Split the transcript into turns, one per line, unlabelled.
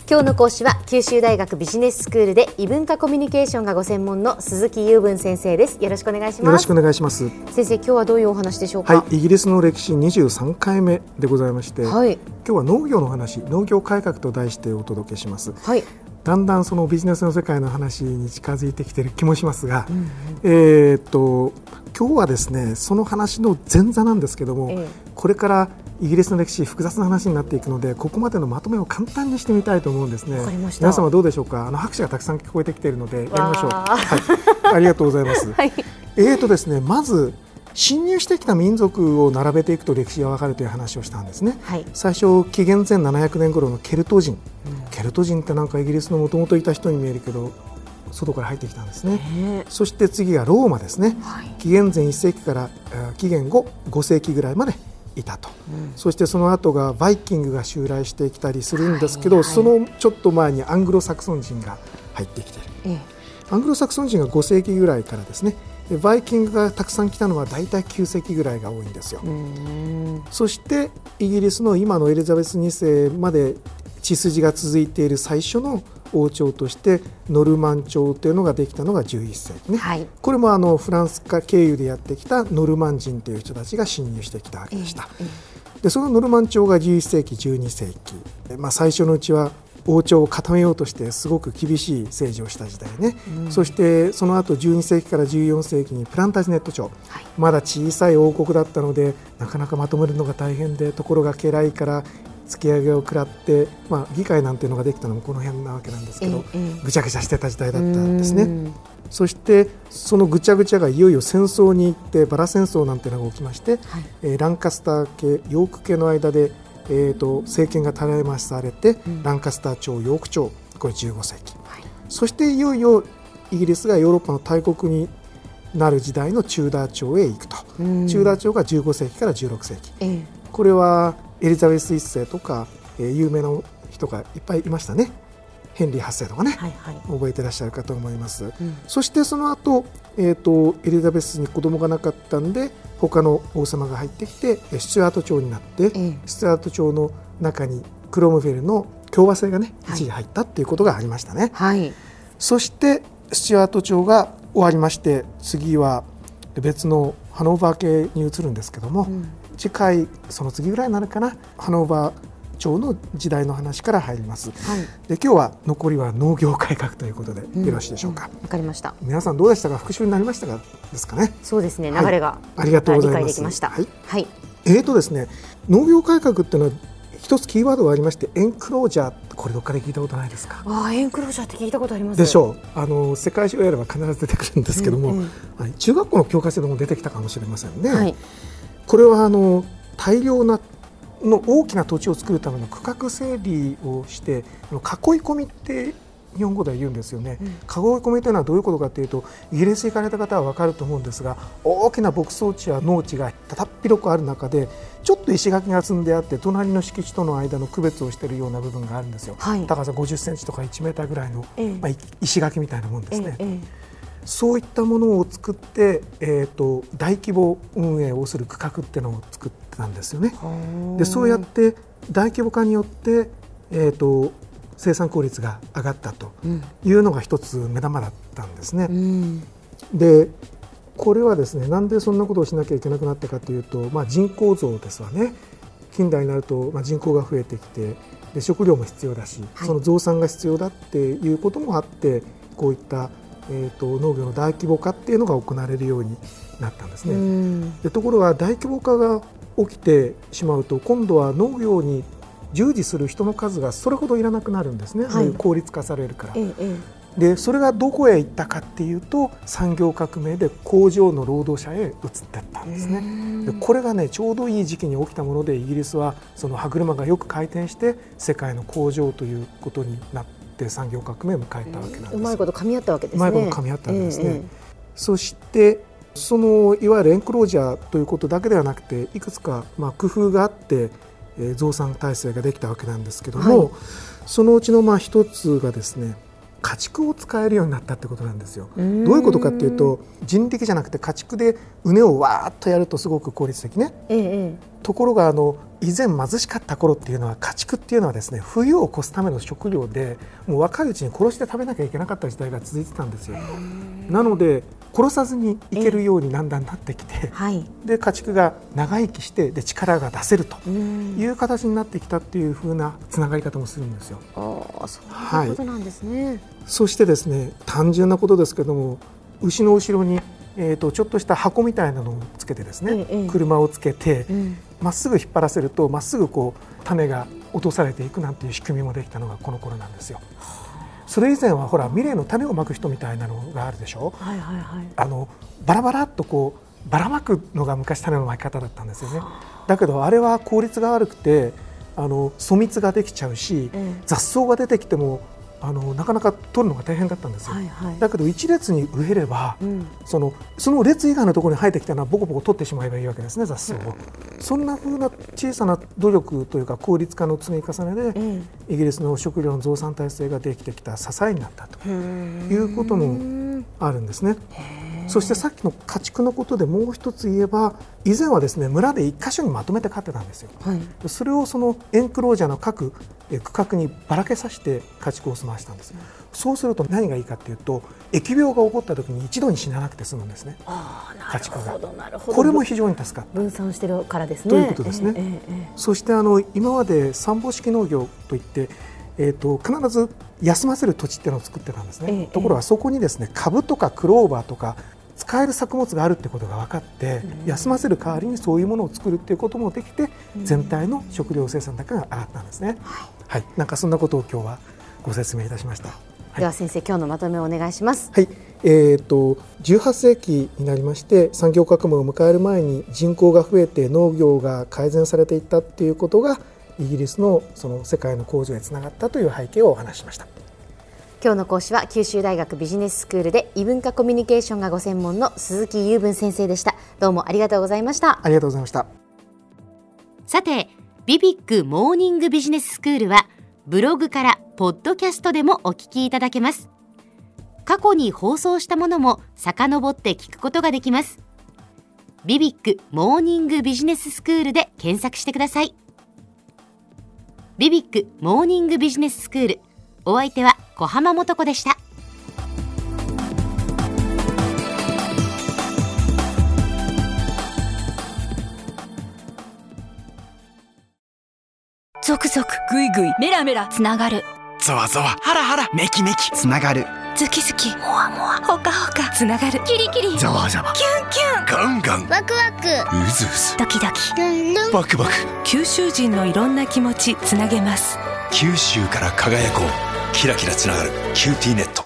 今日の講師は九州大学ビジネススクールで異文化コミュニケーションがご専門の鈴木雄文先生です。よろしくお願いします。
よろしくお願いします。
先生、今日はどういうお話でしょうか。
イギリスの歴史23回目でございまして、今日は農業の話、農業改革と題してお届けします。だんだんそのビジネスの世界の話に近づいてきている気もしますが、今日はですね、その話の前座なんですけども、これからイギリスの歴史複雑な話になっていくので、ここまでのまとめを簡単にしてみたいと思うんですね。皆様どうでしょうか。拍手がたくさん聞こえてきているのでやりましょう。ありがとうございます。ですね、まず侵入してきた民族を並べていくと歴史がわかるという話をしたんですね。最初紀元前700年頃のケルト人、ケルト人ってなんかイギリスのもともといた人に見えるけど外から入ってきたんですね。そして次がローマですね。紀元前1世紀から紀元後5世紀ぐらいまでいたと、そしてその後がバイキングが襲来してきたりするんですけど、そのちょっと前にアングロサクソン人が入ってきている。アングロサクソン人が5世紀ぐらいからですね。バイキングがたくさん来たのはだいたい9世紀ぐらいが多いんですよ。そしてイギリスの今のエリザベス2世まで血筋が続いている最初の王朝としてノルマン朝というのができたのが11世紀ね。これもフランスか経由でやってきたノルマン人という人たちが侵入してきたわけでした。でそのノルマン朝が11世紀12世紀、最初のうちは王朝を固めようとしてすごく厳しい政治をした時代ね。そしてその後12世紀から14世紀にプランタジネット朝、まだ小さい王国だったのでなかなかまとめるのが大変で、ところが家来から突き上げを食らって、議会なんていうのができたのもこの辺なわけなんですけど、ぐちゃぐちゃしてた時代だったんですね。そしてそのぐちゃぐちゃがいよいよ戦争に行ってバラ戦争なんていうのが起きまして、ランカスター家ヨーク家の間で政権がたらい回しされて、ランカスター朝ヨーク朝、これ15世紀、そしていよいよイギリスがヨーロッパの大国になる時代のチューダー朝へ行くと。チューダー朝が15世紀から16世紀、これはエリザベス1世とか、有名な人がいっぱいいましたね。ヘンリー8世とかね、覚えてらっしゃるかと思います。そしてその後、エリザベスに子供がなかったんで他の王様が入ってきてスチュアート朝になって、スチュアート朝の中にクロムフェルの共和制がね一時入ったっていうことがありましたね。そしてスチュアート朝が終わりまして、次は別のハノーバー系に移るんですけども、次回その次ぐらいになるかな、ハノーバー朝の時代の話から入ります。で今日は残りは農業改革ということでよろしいでしょうか。
わかりました。
皆さんどうでしたか。復習になりましたかですかね。
そうですね、流れが、
ありがとうございます。
理解できました。
ですね、農業改革っていうのは一つキーワードがありまして、エンクロージャー、これどっかで聞いたことないですか。
エンクロージャーって聞いたことあります
でしょう。世界史をやれば必ず出てくるんですけども、中学校の教科書でも出てきたかもしれませんね。これは大量なの大きな土地を作るための区画整理をして囲い込みって日本語では言うんですよね。囲い込みというのはどういうことかというと、イギリス行かれた方は分かると思うんですが、大きな牧草地や農地がたっぴろくある中でちょっと石垣が積んであって隣の敷地との間の区別をしているような部分があるんですよ。高さ50センチとか1メーターぐらいの、石垣みたいなもんですね。そういったものを作って、大規模運営をする区画っていうのを作ったんですよね。でそうやって大規模化によって、生産効率が上がったというのが一つ目玉だったんですね。でこれはですね、なんでそんなことをしなきゃいけなくなったかというと、人口増ですわね。近代になると、人口が増えてきて、で食料も必要だし、その増産が必要だっていうこともあって、こういった農業の大規模化っていうのが行われるようになったんですね。でところが大規模化が起きてしまうと、今度は農業に従事する人の数がそれほどいらなくなるんですね。効率化されるから。でそれがどこへ行ったかっていうと、産業革命で工場の労働者へ移っていったんですね。でこれがね、ちょうどいい時期に起きたもので、イギリスはその歯車がよく回転して世界の工場ということになって産業革命を迎えたわけなんです。
うまいこと噛み合ったわけですね。
うまいこと噛み合ったんですね。そしてそのいわゆるエンクロージャーということだけではなくて、いくつか工夫があって増産体制ができたわけなんですけども、そのうちの一つがですね、家畜を使えるようになったってことなんですよ。どういうことかっていうと、人力じゃなくて家畜で畝をわーっとやるとすごく効率的ね。ところが1 以前貧しかった頃っていうのは家畜っていうのはですね、冬を越すための食料でもう若いうちに殺して食べなきゃいけなかった時代が続いてたんですよ。なので殺さずにいけるようにだんだんなってきて、で家畜が長生きしてで力が出せるという形になってきたっていう風なつながり方もするんですよ。
そういうことなんですね。
そしてですね、単純なことですけども、牛の後ろにちょっとした箱みたいなのをつけてですね、車をつけてまっすぐ引っ張らせるとまっすぐこう種が落とされていくなんていう仕組みもできたのがこの頃なんですよ。それ以前はほらミレーの種をまく人みたいなのがあるでしょ。バラバラっとこうばらまくのが昔種のまき方だったんですよね。だけどあれは効率が悪くて粗蜜ができちゃうし、雑草が出てきてもなかなか取るのが大変だったんですよ。だけど一列に植えれば、その列以外のところに生えてきたのはボコボコ取ってしまえばいいわけですね、雑草を。そんな風な小さな努力というか効率化の積み重ねで、イギリスの食料の増産体制ができてきた支えになったということもあるんですね。そしてさっきの家畜のことでもう一つ言えば、以前はですね村で一箇所にまとめて飼ってたんですよ。それをそのエンクロージャーの各区画にばらけさせて家畜を済ましたんです。そうすると何がいいかというと、疫病が起こった時に一度に死ななくて済むんですね、家畜が。これも非常に助かった。
分散してるからですね。
ということですね。そして今まで三方式農業といって必ず休ませる土地っていうのを作ってたんですね。ところがそこにですね、株とかクローバーとか使える作物があるってことが分かって、休ませる代わりにそういうものを作るっていうこともできて、全体の食料生産高が上がったんですね。なんかそんなことを今日はご説明いたしました。
では先生、今日のまとめをお願いします。
18世紀になりまして産業革命を迎える前に人口が増えて農業が改善されていったっていうことがイギリスのその世界の向上へつながったという背景をお話ししました。
今日の講師は九州大学ビジネススクールで異文化コミュニケーションがご専門の鈴木雄文先生でした。どうもありがとうございました。
ありがとうございました。
さて、ビビックモーニングビジネススクールはブログからポッドキャストでもお聞きいただけます。過去に放送したものも遡って聞くことができます。ビビックモーニングビジネススクールで検索してください。ビビックモーニングビジネススクール、お相手は小浜もとこでした。
ゾクゾクグイグイメラメラつながる、
ゾワゾワハラハラメキメキつながる、
ズキズキモワモワホカホカつながる、キリキリ
ザワザワ
キュンキュン
ガンガン
ワクワク
うずうず
ドキドキ
ルンルン
バクバク、
九州人のいろんな気持ちつなげます。
九州から輝こう、キラキラつながるキューティーネット。